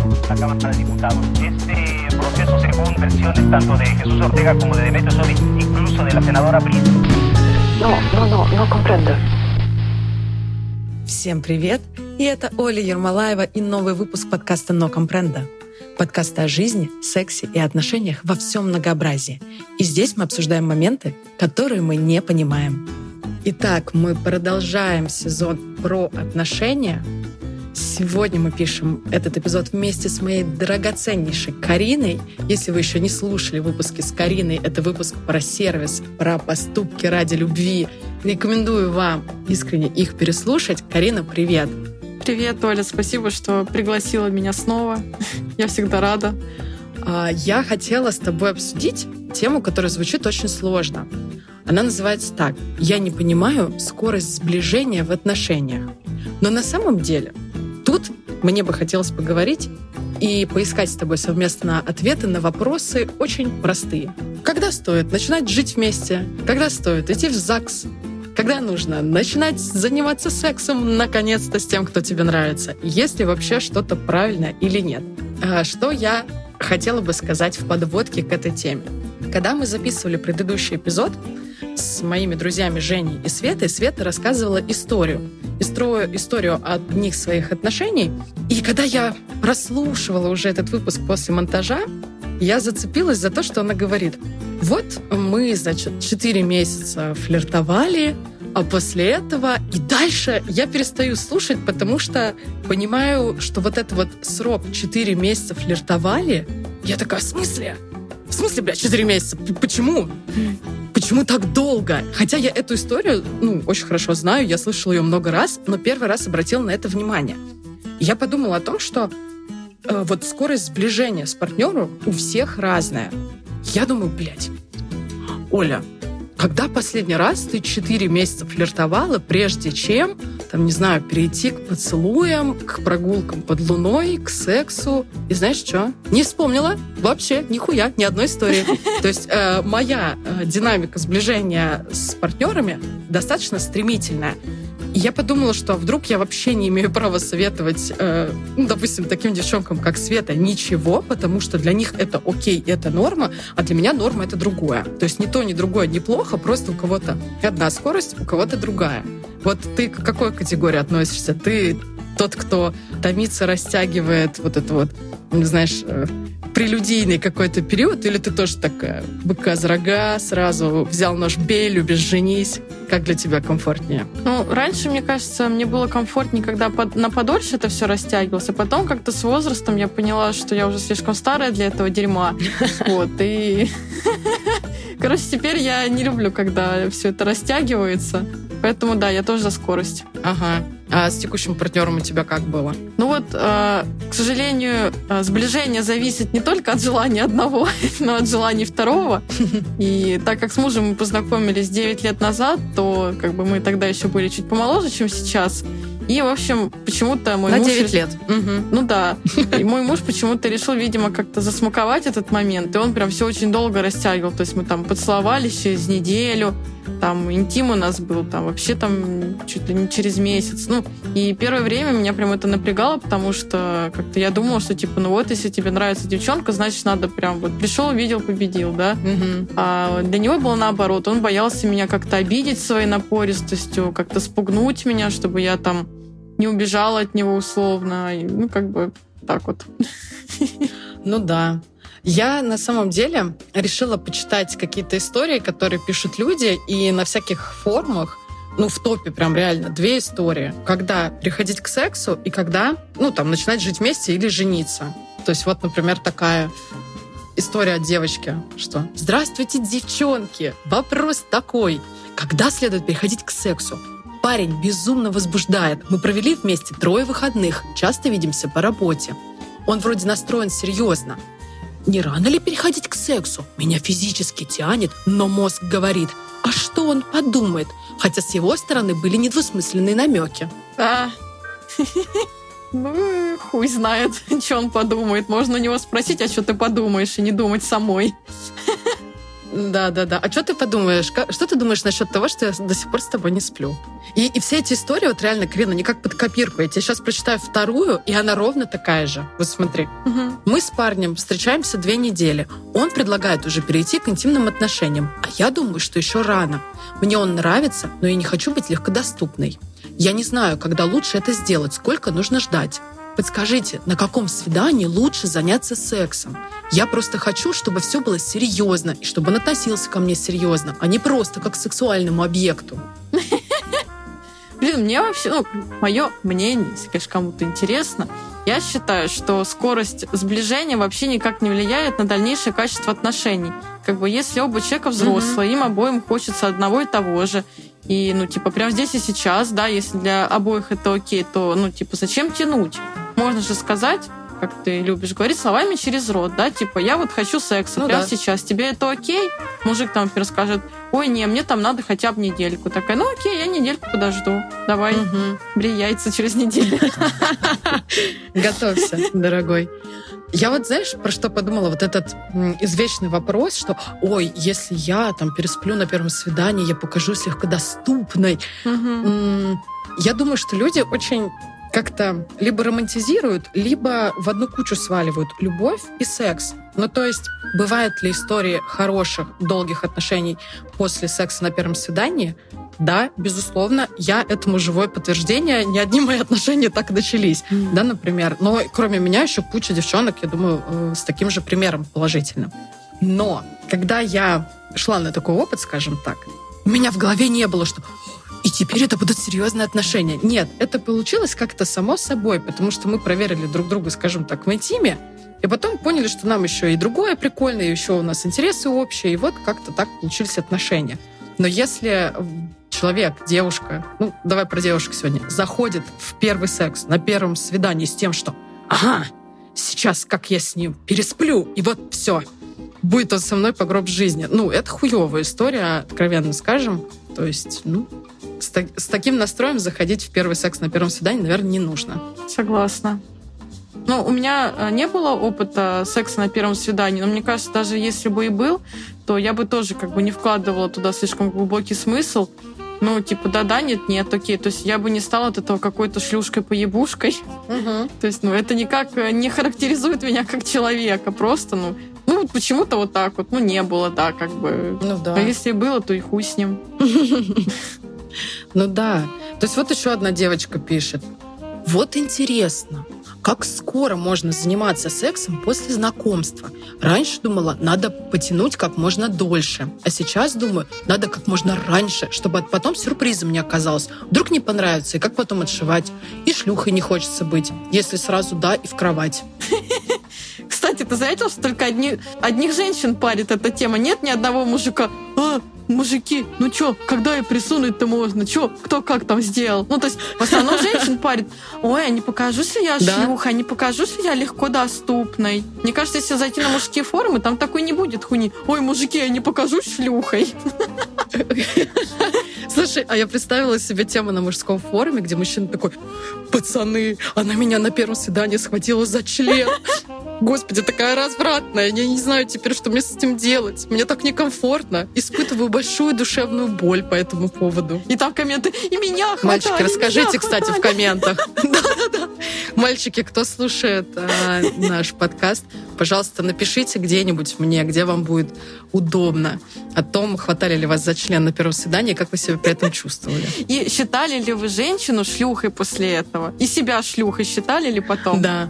la Cámara de Diputados. Este proceso, según versiones tanto de Jesús Ortega como de Demetrio Sodi, incluso de la senadora Brito. No comprendo. Всем привет! И это Оля Ермолаева и новый выпуск подкаста «Но компрендо». Подкаста о жизни, сексе и отношениях во всем многообразии. И здесь мы обсуждаем моменты, которые мы не понимаем. Итак, мы продолжаем сезон про отношения. Сегодня мы пишем этот эпизод вместе с моей драгоценнейшей Кариной. Если вы еще не слушали выпуски с Кариной, это выпуск про сервис, про поступки ради любви. Рекомендую вам искренне их переслушать. Карина, привет! Привет, Оля, спасибо, что пригласила меня снова. Я всегда рада. Я хотела с тобой обсудить тему, которая звучит очень сложно. Она называется так: «Я не понимаю скорость сближения в отношениях». Но на самом деле тут мне бы хотелось поговорить и поискать с тобой совместно ответы на вопросы очень простые. Когда стоит начинать жить вместе? Когда стоит идти в ЗАГС? Когда нужно начинать заниматься сексом наконец-то с тем, кто тебе нравится? Есть ли вообще что-то правильное или нет? Что я хотела бы сказать в подводке к этой теме? Когда мы записывали предыдущий эпизод с моими друзьями Женей и Светой, Света рассказывала историю одних своих отношений. И когда я прослушивала уже этот выпуск после монтажа, я зацепилась за то, что она говорит. Вот мы, 4 месяца флиртовали, а после этого и дальше я перестаю слушать, потому что понимаю, что вот этот вот срок 4 месяца флиртовали, я такая, в смысле? В смысле, блядь, 4 месяца? Почему? Почему так долго? Хотя я эту историю, очень хорошо знаю, я слышала ее много раз, но первый раз обратила на это внимание. Я подумала о том, что вот скорость сближения с партнером у всех разная. Я думаю, блядь, Оля, когда последний раз ты 4 месяца флиртовала, прежде чем, перейти к поцелуям, к прогулкам под луной, к сексу? И знаешь что? Не вспомнила вообще нихуя, ни одной истории. То есть моя динамика сближения с партнерами достаточно стремительная. И я подумала, что вдруг я вообще не имею права советовать, допустим, таким девчонкам, как Света, ничего, потому что для них это окей, это норма, а для меня норма — это другое. То есть ни то, ни другое неплохо, просто у кого-то одна скорость, у кого-то другая. Вот ты к какой категории относишься? Ты тот, кто томится, растягивает вот это вот, прелюдийный какой-то период, или ты тоже такая быка за рога, сразу взял нож, бей, любишь, женись? Как для тебя комфортнее? Раньше, мне кажется, мне было комфортнее, когда на подольше это все растягивалось, а потом как-то с возрастом я поняла, что я уже слишком старая для этого дерьма. Вот, и... Короче, теперь я не люблю, когда все это растягивается. Поэтому, да, я тоже за скорость. Ага. А с текущим партнером у тебя как было? К сожалению, сближение зависит не только от желания одного, но от желаний второго. И так как с мужем мы познакомились 9 лет назад, то мы тогда еще были чуть помоложе, чем сейчас. И, в общем, почему-то мой муж... На 9 лет. Да. И мой муж почему-то решил, видимо, как-то засмаковать этот момент. И он прям все очень долго растягивал. То есть мы поцеловались через неделю, интим у нас был, вообще чуть ли не через месяц. И первое время меня прям это напрягало, потому что как-то я думала, что если тебе нравится девчонка, значит, надо прям пришел, увидел, победил, да? А для него было наоборот. Он боялся меня как-то обидеть своей напористостью, как-то спугнуть меня, чтобы я не убежала от него условно. И, так вот. Да. Я на самом деле решила почитать какие-то истории, которые пишут люди, и на всяких форумах, в топе прям реально 2 истории. Когда приходить к сексу и когда, начинать жить вместе или жениться. То есть например, такая история от девочки, что «Здравствуйте, девчонки! Вопрос такой. Когда следует переходить к сексу? Парень безумно возбуждает. Мы провели вместе 3 выходных, часто видимся по работе. Он вроде настроен серьезно. Не рано ли переходить к сексу? Меня физически тянет, но мозг говорит, а что он подумает? Хотя с его стороны были недвусмысленные намеки». Хуй знает, что он подумает. Можно у него спросить, а что ты подумаешь, и не думать самой. Да. А что ты подумаешь? Что ты думаешь насчет того, что я до сих пор с тобой не сплю? И все эти истории, вот реально, Карина, не как под копирку. Я тебе сейчас прочитаю вторую, и она ровно такая же. Вот смотри. Мы с парнем встречаемся 2 недели. Он предлагает уже перейти к интимным отношениям. А я думаю, что еще рано. Мне он нравится, но я не хочу быть легкодоступной. Я не знаю, когда лучше это сделать, сколько нужно ждать. Подскажите, на каком свидании лучше заняться сексом? Я просто хочу, чтобы все было серьезно, и чтобы он относился ко мне серьезно, а не просто как к сексуальному объекту. Блин, мне вообще, мое мнение, если, конечно, кому-то интересно, я считаю, что скорость сближения вообще никак не влияет на дальнейшее качество отношений. Если оба человека взрослые, им обоим хочется одного и того же, и, прямо здесь и сейчас, да, если для обоих это окей, то, зачем тянуть? Можно же сказать, как ты любишь говорить, словами через рот, да, я вот хочу секса прямо сейчас, тебе это окей? Мужик там, например, скажет, ой, не, мне там надо хотя бы недельку. Такая, окей, я недельку подожду, давай, брей яйца через неделю. Готовься, дорогой. Я вот, знаешь, про что подумала? Вот этот извечный вопрос, что, ой, если я там пересплю на первом свидании, я покажусь легкодоступной. Я думаю, что люди очень как-то либо романтизируют, либо в одну кучу сваливают любовь и секс. То есть, бывают ли истории хороших, долгих отношений после секса на первом свидании? Да, безусловно, я этому живое подтверждение. Не одни мои отношения так и начались, да, например. Но кроме меня еще куча девчонок, я думаю, с таким же примером положительным. Но когда я шла на такой опыт, скажем так, у меня в голове не было, что и теперь это будут серьезные отношения. Нет, это получилось как-то само собой, потому что мы проверили друг друга, скажем так, в интиме, и потом поняли, что нам еще и другое прикольное, и еще у нас интересы общие, и вот как-то так получились отношения. Но если человек, девушка, давай про девушек сегодня, заходит в первый секс, на первом свидании с тем, что сейчас как я с ним пересплю, и вот все, будет он со мной по гроб жизни. Это хуевая история, откровенно скажем. То есть, с таким настроем заходить в первый секс на первом свидании, наверное, не нужно. Согласна. У меня не было опыта секса на первом свидании, но мне кажется, даже если бы и был, то я бы тоже не вкладывала туда слишком глубокий смысл. Да, нет, окей. То есть я бы не стала от этого какой-то шлюшкой-поебушкой. То есть, это никак не характеризует меня как человека. Просто, почему-то вот так вот. Не было, да, да. А если и было, то и хуй с ним. Да. То есть вот еще одна девочка пишет. Вот интересно, как скоро можно заниматься сексом после знакомства? Раньше думала, надо потянуть как можно дольше. А сейчас думаю, надо как можно раньше, чтобы потом сюрпризом не оказалось. Вдруг не понравится, и как потом отшивать? И шлюхой не хочется быть, если сразу да и в кровать. Кстати, ты заметил, что только одних женщин парит эта тема? Нет ни одного мужика. Мужики, когда и присунуть-то можно? Кто как там сделал? То есть в основном женщин парит. Ой, а не покажусь ли я шлюха? Не покажусь ли я легко доступной? Мне кажется, если зайти на мужские форумы, там такой не будет хуйни. Ой, мужики, я не покажусь шлюхой. Слушай, а я представила себе тему на мужском форуме, где мужчина такой: пацаны, она меня на первом свидании схватила за член. Господи, такая развратная. Я не знаю теперь, что мне с этим делать. Мне так некомфортно. Испытываю большую душевную боль по этому поводу. И там комменты: и меня хватает. Мальчики, расскажите, кстати, в комментах. Да. Мальчики, кто слушает наш подкаст, пожалуйста, напишите где-нибудь мне, где вам будет удобно, о том, хватали ли вас за член на первом свидании, как вы себя при этом чувствовали. И считали ли вы женщину шлюхой после этого? И себя шлюхой считали ли потом? Да.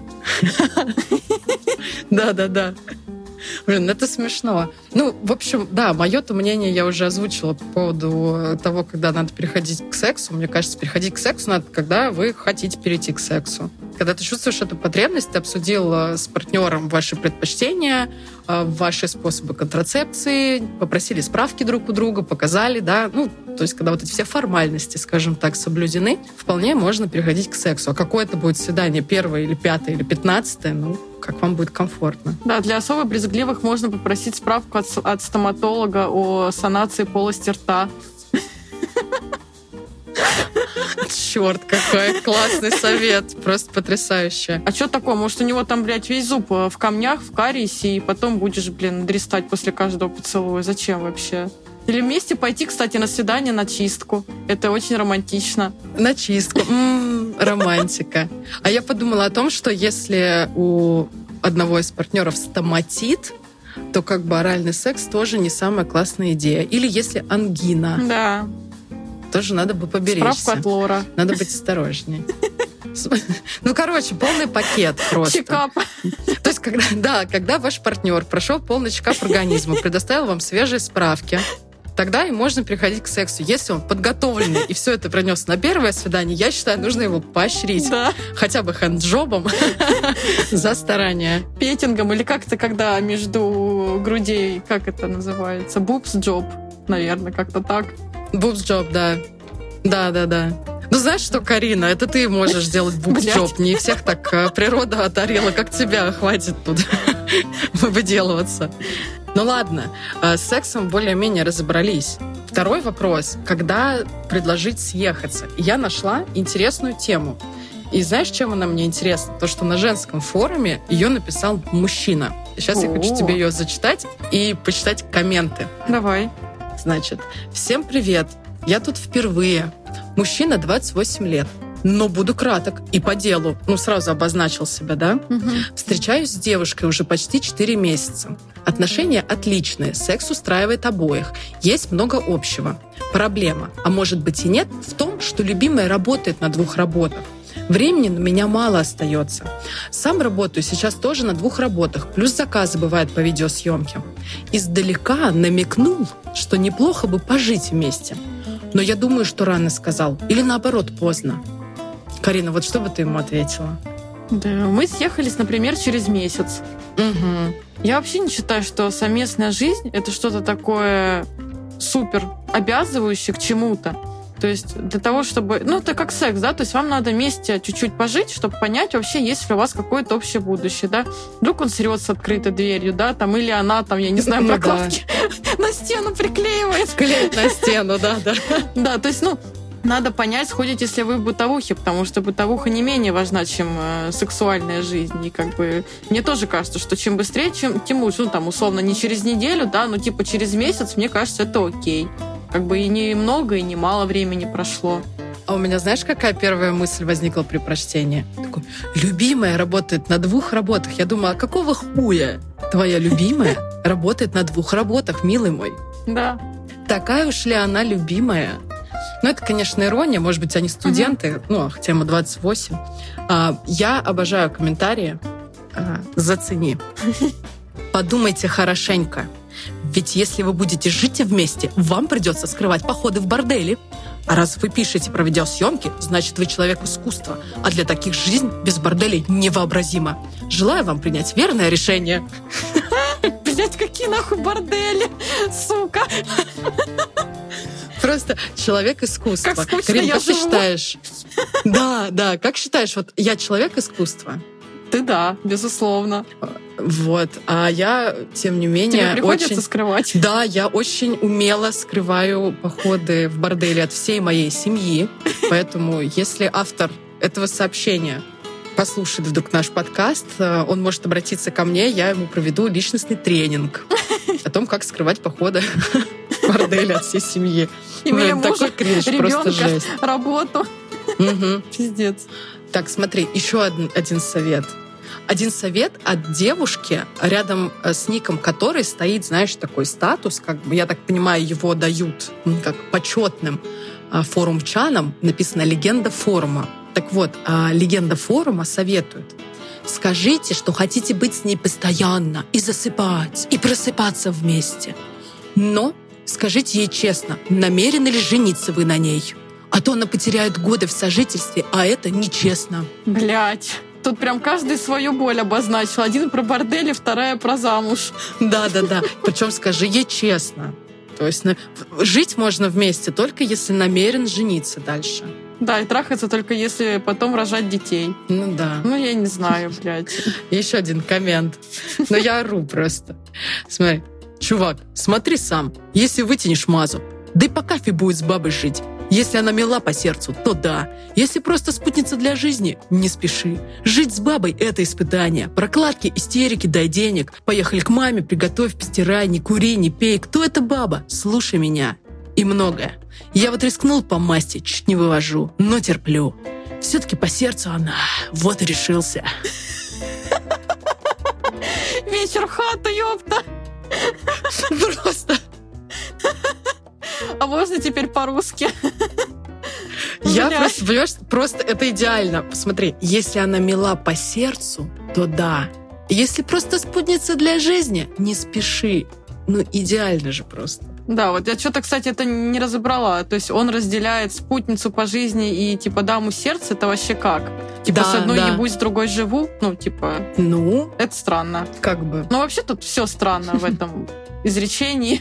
Да. Блин, это смешно. В общем, да, мое-то мнение я уже озвучила по поводу того, когда надо переходить к сексу. Мне кажется, переходить к сексу надо, когда вы хотите перейти к сексу. Когда ты чувствуешь эту потребность, ты обсудил с партнером ваши предпочтения, ваши способы контрацепции, попросили справки друг у друга, показали, да. То есть, когда вот эти все формальности, скажем так, соблюдены, вполне можно переходить к сексу. А какое это будет свидание, 1-е или 5-е или 15-е, как вам будет комфортно. Да, для особо брезгливых можно попросить справку от стоматолога о санации полости рта. Черт, какой классный совет. Просто потрясающе. А что такое? Может, у него там, блядь, весь зуб в камнях, в кариесе, и потом будешь, дрестать после каждого поцелуя. Зачем вообще? Или вместе пойти, кстати, на свидание на чистку. Это очень романтично. На чистку. Романтика. А я подумала о том, что если у одного из партнеров стоматит, то как бы оральный секс тоже не самая классная идея. Или если ангина. Да. Тоже надо бы поберечься. Справку от лора. Надо быть осторожнее. Ну, короче, полный пакет просто. Чекап. То есть, когда ваш партнер прошел полный чекап организма, предоставил вам свежие справки, тогда и можно переходить к сексу. Если он подготовленный и все это принес на первое свидание, я считаю, нужно его поощрить. Да. Хотя бы хэнджобом за старание. Петингом, или как это, когда между грудей, как это называется? Бубс-джоб, наверное, как-то так. Бубс-джоб, да. Да. Ну, знаешь что, Карина, это ты можешь делать бубс-джоб. Не всех так природа одарила, как тебя. Хватит тут выделываться. Ну ладно, с сексом более-менее разобрались. Второй вопрос. Когда предложить съехаться? Я нашла интересную тему. И знаешь, чем она мне интересна? То, что на женском форуме ее написал мужчина. Сейчас я хочу тебе ее зачитать и почитать комменты. Давай. Значит, всем привет. Я тут впервые. Мужчина 28 лет. Но буду краток и по делу. Ну, сразу обозначил себя, да? Угу. Встречаюсь с девушкой уже почти 4 месяца. Отношения отличные, секс устраивает обоих. Есть много общего. Проблема, а может быть и нет, в том, что любимая работает на 2 работах. Времени на меня мало остается. Сам работаю сейчас тоже на 2 работах, плюс заказы бывают по видеосъемке. Издалека намекнул, что неплохо бы пожить вместе. Но я думаю, что рано сказал. Или наоборот, поздно. Карина, вот что бы ты ему ответила? Да, мы съехались, например, через месяц. Угу. Я вообще не считаю, что совместная жизнь — это что-то такое супер обязывающее к чему-то. То есть для того, чтобы... Ну, это как секс, да? То есть вам надо вместе чуть-чуть пожить, чтобы понять вообще, есть ли у вас какое-то общее будущее, да? Вдруг он срет с открытой дверью, да? Там, или она, там, я не знаю, прокладки на стену приклеивает. Клеит на стену, да. Да, то есть, надо понять, сходите ли вы в бытовухе, потому что бытовуха не менее важна, чем сексуальная жизнь. И как бы мне тоже кажется, что чем быстрее, тем лучше. Ну, там, условно, не через неделю, да, но типа через месяц, мне кажется, это окей. Как бы и не много, и не мало времени прошло. А у меня, знаешь, какая первая мысль возникла при прочтении? Такой, любимая работает на 2 работах. Я думаю, а какого хуя твоя любимая работает на 2 работах, милый мой? Да. Такая уж ли она любимая? Ну, это, конечно, ирония. Может быть, они студенты. Ну, тема 28. Я обожаю комментарии. Зацени. Подумайте хорошенько. Ведь если вы будете жить вместе, вам придется скрывать походы в бордели. А раз вы пишете про видеосъемки, значит, вы человек искусства. А для таких жизнь без борделей невообразима. Желаю вам принять верное решение. Блять, какие нахуй бордели, сука. Просто человек искусства. Как скучно Карин, я как ты живу. считаешь? Да, как считаешь, вот я человек искусства? Ты да, безусловно. Вот. А я, тем не менее, Тебе приходится скрывать. Да, я очень умело скрываю походы в борделе от всей моей семьи. Поэтому, если автор этого сообщения послушает вдруг наш подкаст, он может обратиться ко мне, я ему проведу личностный тренинг о том, как скрывать походы в борделе от всей семьи. Имели мужа, такой кринж, просто жесть. Работу. Пиздец. Так, смотри, еще один совет. Один совет от девушки, рядом с ником которой стоит, знаешь, такой статус, как бы, я так понимаю, его дают как почетным форумчанам, написано «Легенда форума». Так вот, «Легенда форума» советует: скажите, что хотите быть с ней постоянно, и засыпать, и просыпаться вместе. Но скажите ей честно, намерены ли жениться вы на ней? А то она потеряет годы в сожительстве, а это нечестно. Блять. Тут прям каждый свою боль обозначил. Один про бордели, вторая про замуж. Да. Причем скажи ей честно. То есть жить можно вместе только если намерен жениться дальше. Да, и трахаться только если потом рожать детей. Ну да. Ну, я не знаю, блядь. Еще один коммент. Но я ору просто. Смотри. Чувак, смотри сам. Если вытянешь мазу, да и по кафе будет с бабой жить. Если она мила по сердцу, то да. Если просто спутница для жизни, не спеши. Жить с бабой — это испытание. Прокладки, истерики, дай денег. Поехали к маме, приготовь, постирай, не кури, не пей. Кто эта баба? Слушай меня. И многое. Я вот рискнул по масти, чуть не вывожу, но терплю. Все-таки по сердцу она. Вот и решился. Вечер хата, ёпта. Просто. А можно теперь по-русски? Я просто, понимаешь, просто это идеально. Посмотри, если она мила по сердцу, то да. Если просто спутница для жизни, не спеши. Ну, идеально же просто. Да, вот я что-то, кстати, это не разобрала. То есть он разделяет спутницу по жизни и, типа, даму сердца. Это вообще как? Типа, да, с одной да. ебусь, с другой живу? Ну, типа... Ну? Это странно. Как бы. Ну, вообще тут все странно в этом изречении.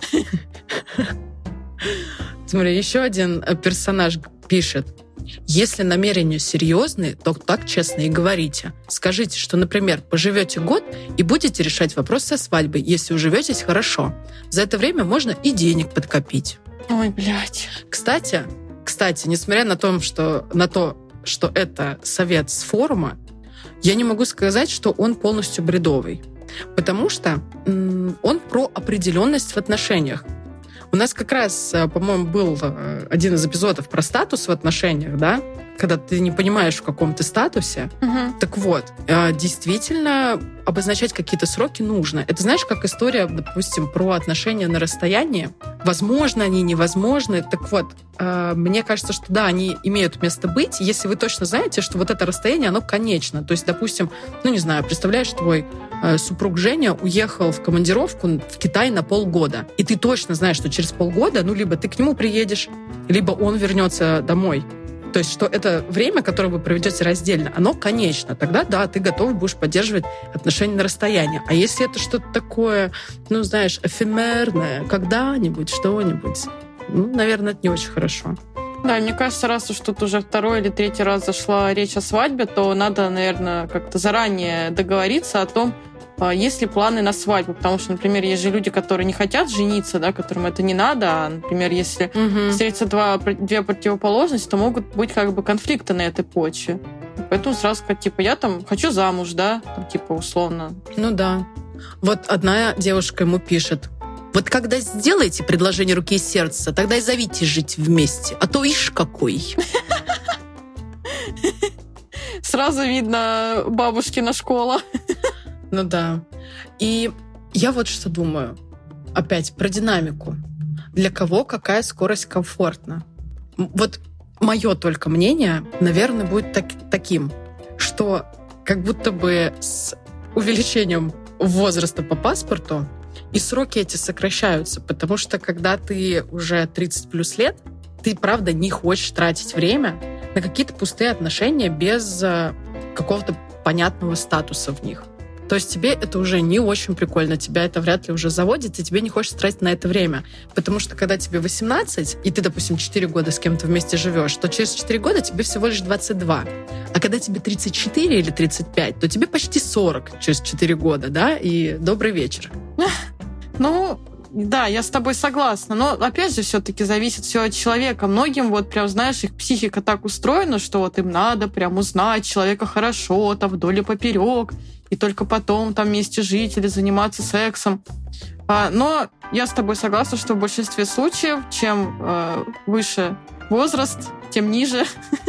Смотри, еще один персонаж пишет. Если намерения серьезные, то так честно и говорите. Скажите, что, например, поживете год и будете решать вопрос со свадьбой, если уживетесь хорошо. За это время можно и денег подкопить. Ой, блядь. Кстати, несмотря на то, что это совет с форума, я не могу сказать, что он полностью бредовый. Потому что он про определенность в отношениях. У нас как раз, по-моему, был один из эпизодов про статус в отношениях, да? Когда ты не понимаешь, в каком ты статусе. Угу. Так вот, действительно, обозначать какие-то сроки нужно. Это, знаешь, как история, допустим, про отношения на расстоянии. Возможно они, невозможны. Так вот, мне кажется, что да, они имеют место быть, если вы точно знаете, что вот это расстояние, оно конечно. То есть, допустим, ну, не знаю, представляешь, твой супруг Женя уехал в командировку в Китай на полгода. И ты точно знаешь, что через полгода, ну, либо ты к нему приедешь, либо он вернется домой. То есть, что это время, которое вы проведете раздельно, оно конечно. Тогда, да, ты готов будешь поддерживать отношения на расстоянии. А если это что-то такое, ну, знаешь, эфемерное, когда-нибудь, что-нибудь, ну, наверное, это не очень хорошо. Да, мне кажется, раз уж тут уже второй или третий раз зашла речь о свадьбе, то надо, наверное, как-то заранее договориться о том, есть ли планы на свадьбу. Потому что, например, есть же люди, которые не хотят жениться, да, которым это не надо. А, например, если встретятся две противоположности, то могут быть как бы конфликты на этой почве. Поэтому сразу сказать, типа, я там хочу замуж, да, там, типа, условно. Ну да. Вот одна девушка ему пишет: вот когда сделаете предложение руки и сердца, тогда и зовите жить вместе. А то ишь какой. Сразу видно бабушкина школа. Ну да. И я вот что думаю. Опять про динамику. Для кого какая скорость комфортна? Вот мое только мнение, наверное, будет таким, что как будто бы с увеличением возраста по паспорту и сроки эти сокращаются, потому что когда ты уже 30 плюс лет, ты, правда, не хочешь тратить время на какие-то пустые отношения без какого-то понятного статуса в них. То есть тебе это уже не очень прикольно, тебя это вряд ли уже заводит, и тебе не хочется тратить на это время. Потому что когда тебе 18, и ты, допустим, 4 года с кем-то вместе живешь, то через 4 года тебе всего лишь 22. А когда тебе 34 или 35, то тебе почти 40 через 4 года, да? И добрый вечер. Ну, да, я с тобой согласна. Но, опять же, все-таки зависит все от человека. Многим, вот прям, знаешь, их психика так устроена, что вот им надо прям узнать человека хорошо, там, вдоль и поперек, и только потом там вместе жить или заниматься сексом. Но я с тобой согласна, что в большинстве случаев, чем выше возраст, тем ниже,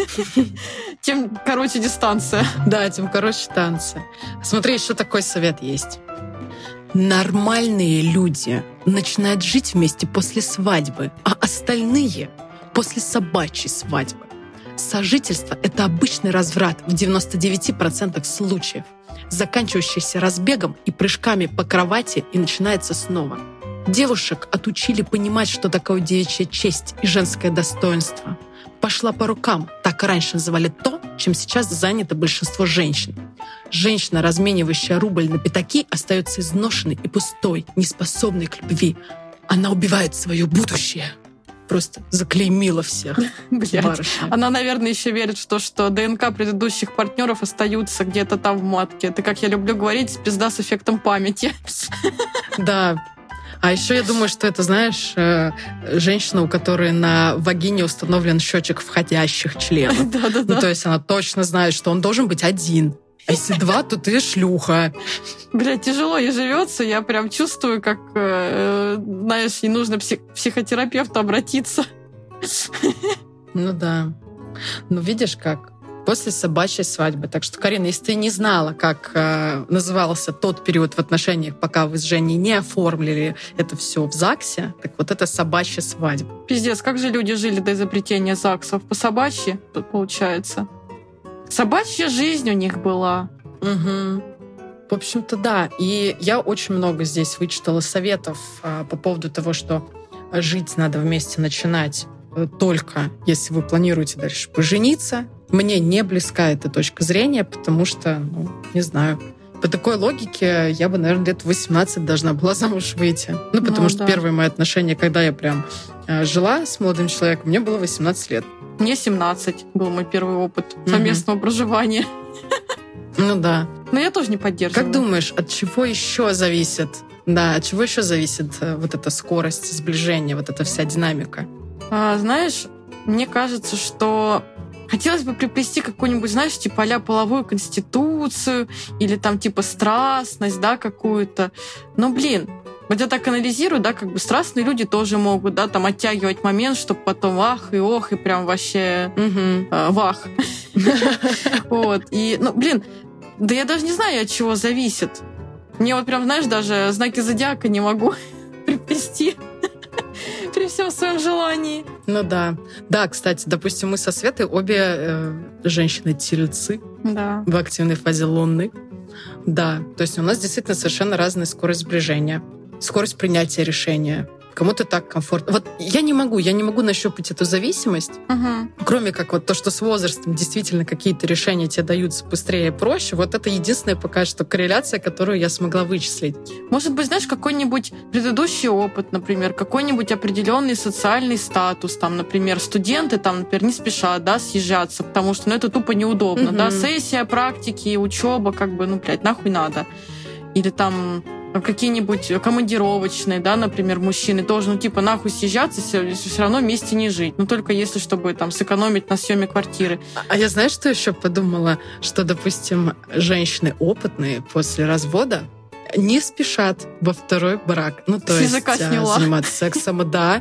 тем короче дистанция. Да, тем короче танцы. Смотри, еще такой совет есть. Нормальные люди начинают жить вместе после свадьбы, а остальные — после собачьей свадьбы. Сожительство — это обычный разврат в 99% случаев, заканчивающийся разбегом и прыжками по кровати, и начинается снова. Девушек отучили понимать, что такое девичья честь и женское достоинство. Пошла по рукам, так раньше называли то, чем сейчас занято большинство женщин. Женщина, разменивающая рубль на пятаки, остается изношенной и пустой, неспособной к любви. Она убивает свое будущее. Просто заклеймила всех. Блядь. Она, наверное, еще верит в то, что ДНК предыдущих партнеров остаются где-то там в матке. Это, как я люблю говорить, пизда с эффектом памяти. Да. А еще я думаю, что это, знаешь, женщина, у которой на вагине установлен счетчик входящих членов. Да-да-да. Ну, то есть она точно знает, что он должен быть один. А если два, то ты шлюха. Блядь, тяжело ей живется. Я прям чувствую, как, знаешь, ей нужно к психотерапевту обратиться. Ну да. Ну видишь как? После собачьей свадьбы. Так что, Карина, если ты не знала, как назывался тот период в отношениях, пока вы с Женей не оформили это все в ЗАГСе, так вот это собачья свадьба. Пиздец, как же люди жили до изобретения ЗАГСов? По собачьи, тут получается. Собачья жизнь у них была. Угу. В общем-то, да. И я очень много здесь вычитала советов по поводу того, что жить надо вместе начинать только если вы планируете дальше пожениться. Мне не близка эта точка зрения, потому что, ну, не знаю, по такой логике я бы, наверное, лет 18 должна была замуж выйти. Ну, потому что первые мои отношения, когда я прям жила с молодым человеком, мне было 18 лет. Мне 17 был мой первый опыт совместного проживания. Ну да. Но я тоже не поддерживаю. Как думаешь, от чего еще зависит? Да, от чего еще зависит вот эта скорость сближения, вот эта вся динамика? Знаешь, мне кажется, что хотелось бы приплести какую-нибудь, знаешь, типа а-ля половую конституцию или там типа страстность, да, какую-то. Но, блин, вот я так анализирую, да, как бы страстные люди тоже могут, да, там оттягивать момент, чтобы потом ах и ох, и прям вообще вах. Вот. И, ну, блин, да я даже не знаю, от чего зависит. Мне вот прям, знаешь, даже знаки зодиака не могу приплести при всем своем желании. Ну да. Да, кстати, допустим, мы со Светой обе женщины-тельцы. Да. В активной фазе Луны. Да. То есть у нас действительно совершенно разная скорость сближения, скорость принятия решения. Кому-то так комфортно. Вот я не могу нащупать эту зависимость, кроме как вот то, что с возрастом действительно какие-то решения тебе даются быстрее и проще. Вот это единственная пока что корреляция, которую я смогла вычислить. Может быть, знаешь, какой-нибудь предыдущий опыт, например, какой-нибудь определенный социальный статус, там, например, студенты, там, например, не спешат, да, съезжаться, потому что, ну, это тупо неудобно, да, сессия, практики, учеба, как бы, ну, блядь, нахуй надо. Или там какие-нибудь командировочные, да, например, мужчины тоже, ну, типа, нахуй съезжаться, все равно вместе не жить. Ну, только если, чтобы там сэкономить на съеме квартиры. А я, знаешь, что еще подумала? Что, допустим, женщины опытные после развода не спешат во второй брак. Ну, то есть заниматься сексом, да.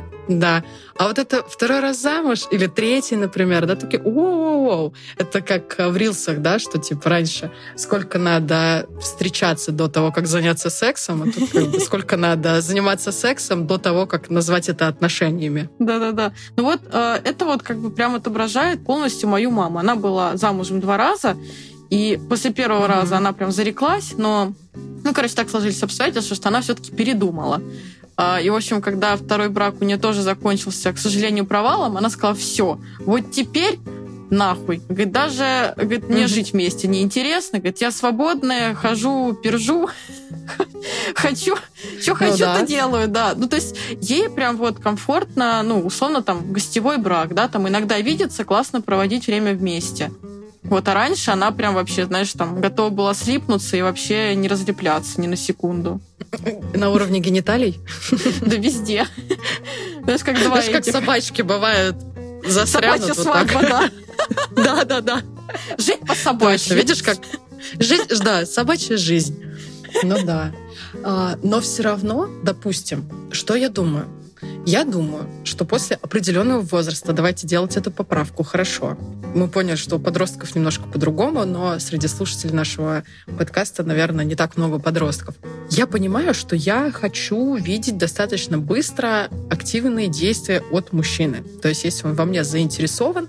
А вот это второй раз замуж или третий, например, да, такие воу-воу-воу. Это как в рилсах, да, что типа раньше сколько надо встречаться до того, как заняться сексом, а тут как бы сколько надо заниматься сексом до того, как назвать это отношениями. Да. Ну вот это вот как бы прям отображает полностью мою маму. Она была замужем 2 раза, и после первого раза она прям зареклась, но, ну, короче, так сложились обстоятельства, что она все-таки передумала. И, в общем, когда второй брак у нее тоже закончился, к сожалению, провалом, она сказала: все, вот теперь нахуй. Говорит, даже, говорит, мне жить вместе неинтересно. Говорит, я свободная, хожу, пержу, хочу, что хочу, то делаю, да. Ну, то есть ей прям вот комфортно, ну, условно, там, гостевой брак, да, там иногда видеться, классно проводить время вместе. Вот, а раньше она прям вообще, знаешь, там, готова была слипнуться и вообще не разлепляться ни на секунду. На уровне гениталий? Да везде. Знаешь, как два этих. Как собачки бывают, застрянут вот так. Собачья свадьба, да. Жить по-собачьи. Видишь, как... Да, собачья жизнь. Ну да. Но все равно, допустим, что я думаю? Я думаю, что после определенного возраста, давайте делать эту поправку, хорошо. Мы поняли, что у подростков немножко по-другому, но среди слушателей нашего подкаста, наверное, не так много подростков. Я понимаю, что я хочу видеть достаточно быстро активные действия от мужчины. То есть, если он во мне заинтересован,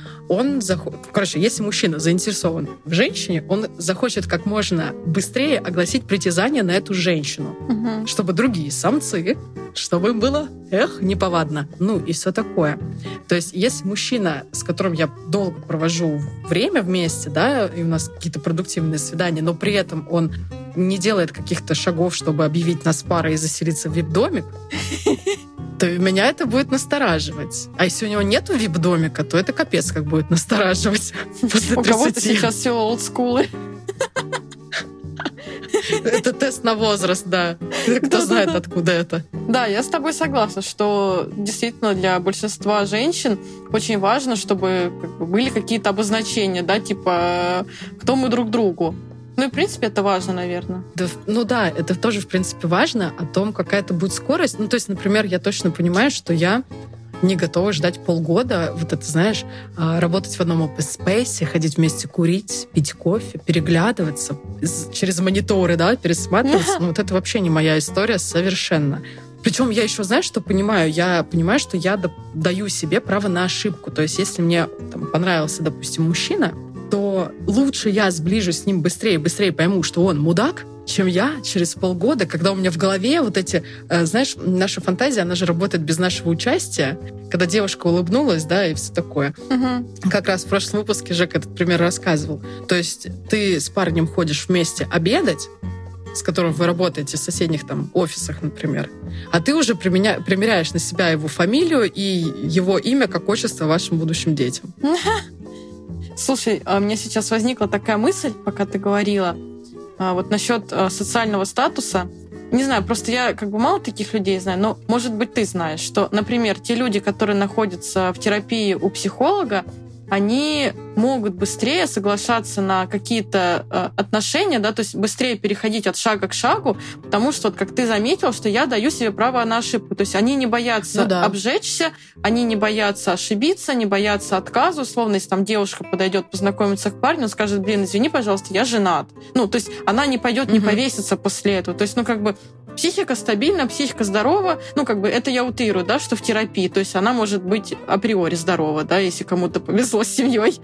если мужчина заинтересован в женщине, он захочет как можно быстрее огласить притязание на эту женщину, чтобы другие самцы, чтобы им было, неповадно. Ну и все такое. То есть если мужчина, с которым я долго провожу время вместе, да, и у нас какие-то продуктивные свидания, но при этом он не делает каких-то шагов, чтобы объявить нас парой и заселиться в вип-домик, то меня это будет настораживать. А если у него нету вип-домика, то это капец как будет настораживать после 30. У кого-то сейчас все олдскулы. Это тест на возраст, да. Кто знает, откуда это. Да, я с тобой согласна, что действительно для большинства женщин очень важно, чтобы были какие-то обозначения, да, типа кто мы друг другу. Ну и, в принципе, это важно, наверное. Да, это тоже, в принципе, важно о том, какая это будет скорость. Ну, то есть, например, я точно понимаю, что я не готова ждать полгода, вот это, знаешь, работать в одном open space, ходить вместе курить, пить кофе, переглядываться через мониторы, да, пересматриваться. Ну, вот это вообще не моя история совершенно. Причем я еще, знаешь, что понимаю? Я понимаю, что я даю себе право на ошибку. То есть если мне там понравился, допустим, мужчина, то лучше я сближусь с ним быстрее пойму, что он мудак, чем я через полгода, когда у меня в голове вот эти... Знаешь, наша фантазия, она же работает без нашего участия. Когда девушка улыбнулась, да, и все такое. Угу. Как раз в прошлом выпуске Жека этот пример рассказывал. То есть ты с парнем ходишь вместе обедать, с которым вы работаете в соседних там офисах, например, а ты уже примеряешь на себя его фамилию и его имя как отчество вашим будущим детям. Слушай, у меня сейчас возникла такая мысль, пока ты говорила, вот насчет социального статуса. Не знаю, просто я мало таких людей знаю, но, может быть, ты знаешь, что, например, те люди, которые находятся в терапии у психолога, они могут быстрее соглашаться на какие-то отношения, да, то есть быстрее переходить от шага к шагу, потому что, вот, как ты заметил, что я даю себе право на ошибку. То есть они не боятся обжечься, они не боятся ошибиться, не боятся отказа. Условно, если там девушка подойдет познакомиться к парню, он скажет: блин, извини, пожалуйста, я женат. Ну, то есть она не пойдет, не повесится после этого. То есть, психика стабильна, психика здорова. Это я утрирую, да, что в терапии. То есть она может быть априори здорова, да, если кому-то повезло с семьей.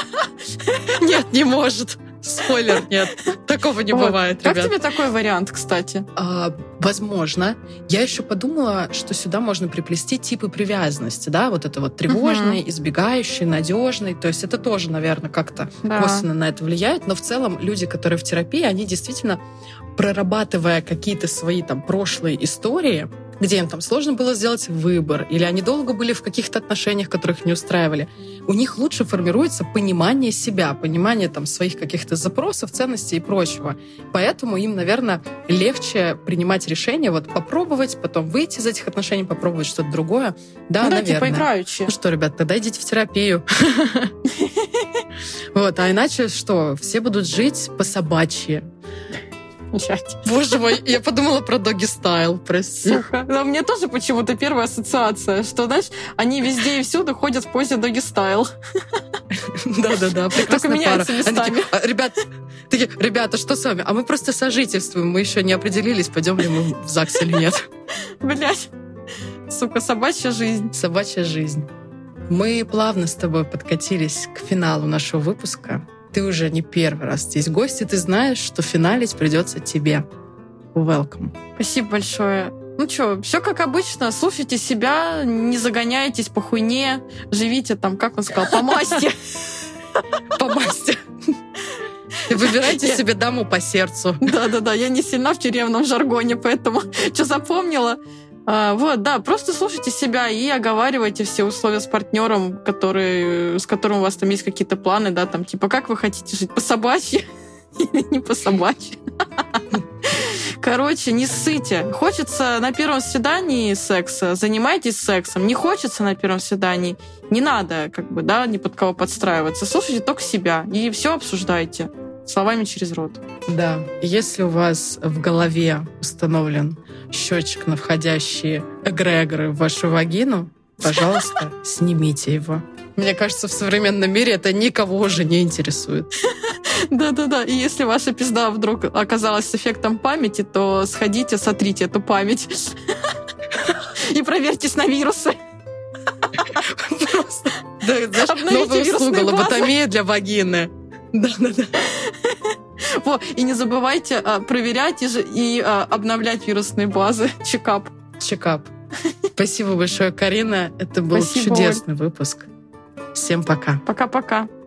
Нет, не может. Спойлер, нет. Такого не бывает, ребят. Как тебе такой вариант, кстати? Возможно. Я еще подумала, что сюда можно приплести типы привязанности, да, вот это вот тревожный, избегающий, надежный. То есть это тоже, наверное, как-то косвенно на это влияет. Но в целом люди, которые в терапии, они действительно, прорабатывая какие-то свои там прошлые истории, где им там сложно было сделать выбор, или они долго были в каких-то отношениях, которых не устраивали, у них лучше формируется понимание себя, понимание там своих каких-то запросов, ценностей и прочего. Поэтому им, наверное, легче принимать решение, вот попробовать, потом выйти из этих отношений, попробовать что-то другое. Да, наверное. Типа играючи. Ну что, ребят, тогда идите в терапию. Вот, а иначе что? Все будут жить по-собачьи. Боже мой, я подумала про доги-стайл, прости. Сука. Да, мне тоже почему-то первая ассоциация, что, знаешь, они везде и всюду ходят в позе доги-стайл. Да-да-да, прекрасная пара. Только меняются местами. Ребята, что с вами? А мы просто сожительствуем, мы еще не определились, пойдем ли мы в ЗАГС или нет. Блядь. Сука, собачья жизнь. Собачья жизнь. Мы плавно с тобой подкатились к финалу нашего выпуска. Ты уже не первый раз здесь гость, и ты знаешь, что финалить придется тебе. Welcome. Спасибо большое. Ну что, все как обычно. Слушайте себя, не загоняйтесь по хуйне, живите там, как он сказал, по масти. По масти. Выбирайте себе даму по сердцу. Да-да-да, я не сильна в тюремном жаргоне, поэтому что запомнила. Вот, да, просто слушайте себя и оговаривайте все условия с партнером, с которым у вас там есть какие-то планы, да, там, типа, как вы хотите жить, по-собачьи или не по-собачьи. Короче, не ссыте. Хочется на первом свидании секса, занимайтесь сексом. Не хочется на первом свидании, не надо, ни под кого подстраиваться. Слушайте только себя и все обсуждайте словами через рот. Да. Если у вас в голове установлен счетчик на входящие эгрегоры в вашу вагину, пожалуйста, снимите его. Мне кажется, в современном мире это никого уже не интересует. Да-да-да. И если ваша пизда вдруг оказалась с эффектом памяти, то сходите, сотрите эту память. И проверьтесь на вирусы. Просто. Да, знаешь, новая услуга, лоботомия для вагины. Да-да-да. И не забывайте проверять и обновлять вирусные базы. Чекап. Спасибо большое, Карина. Это был чудесный выпуск. Всем пока. Пока-пока.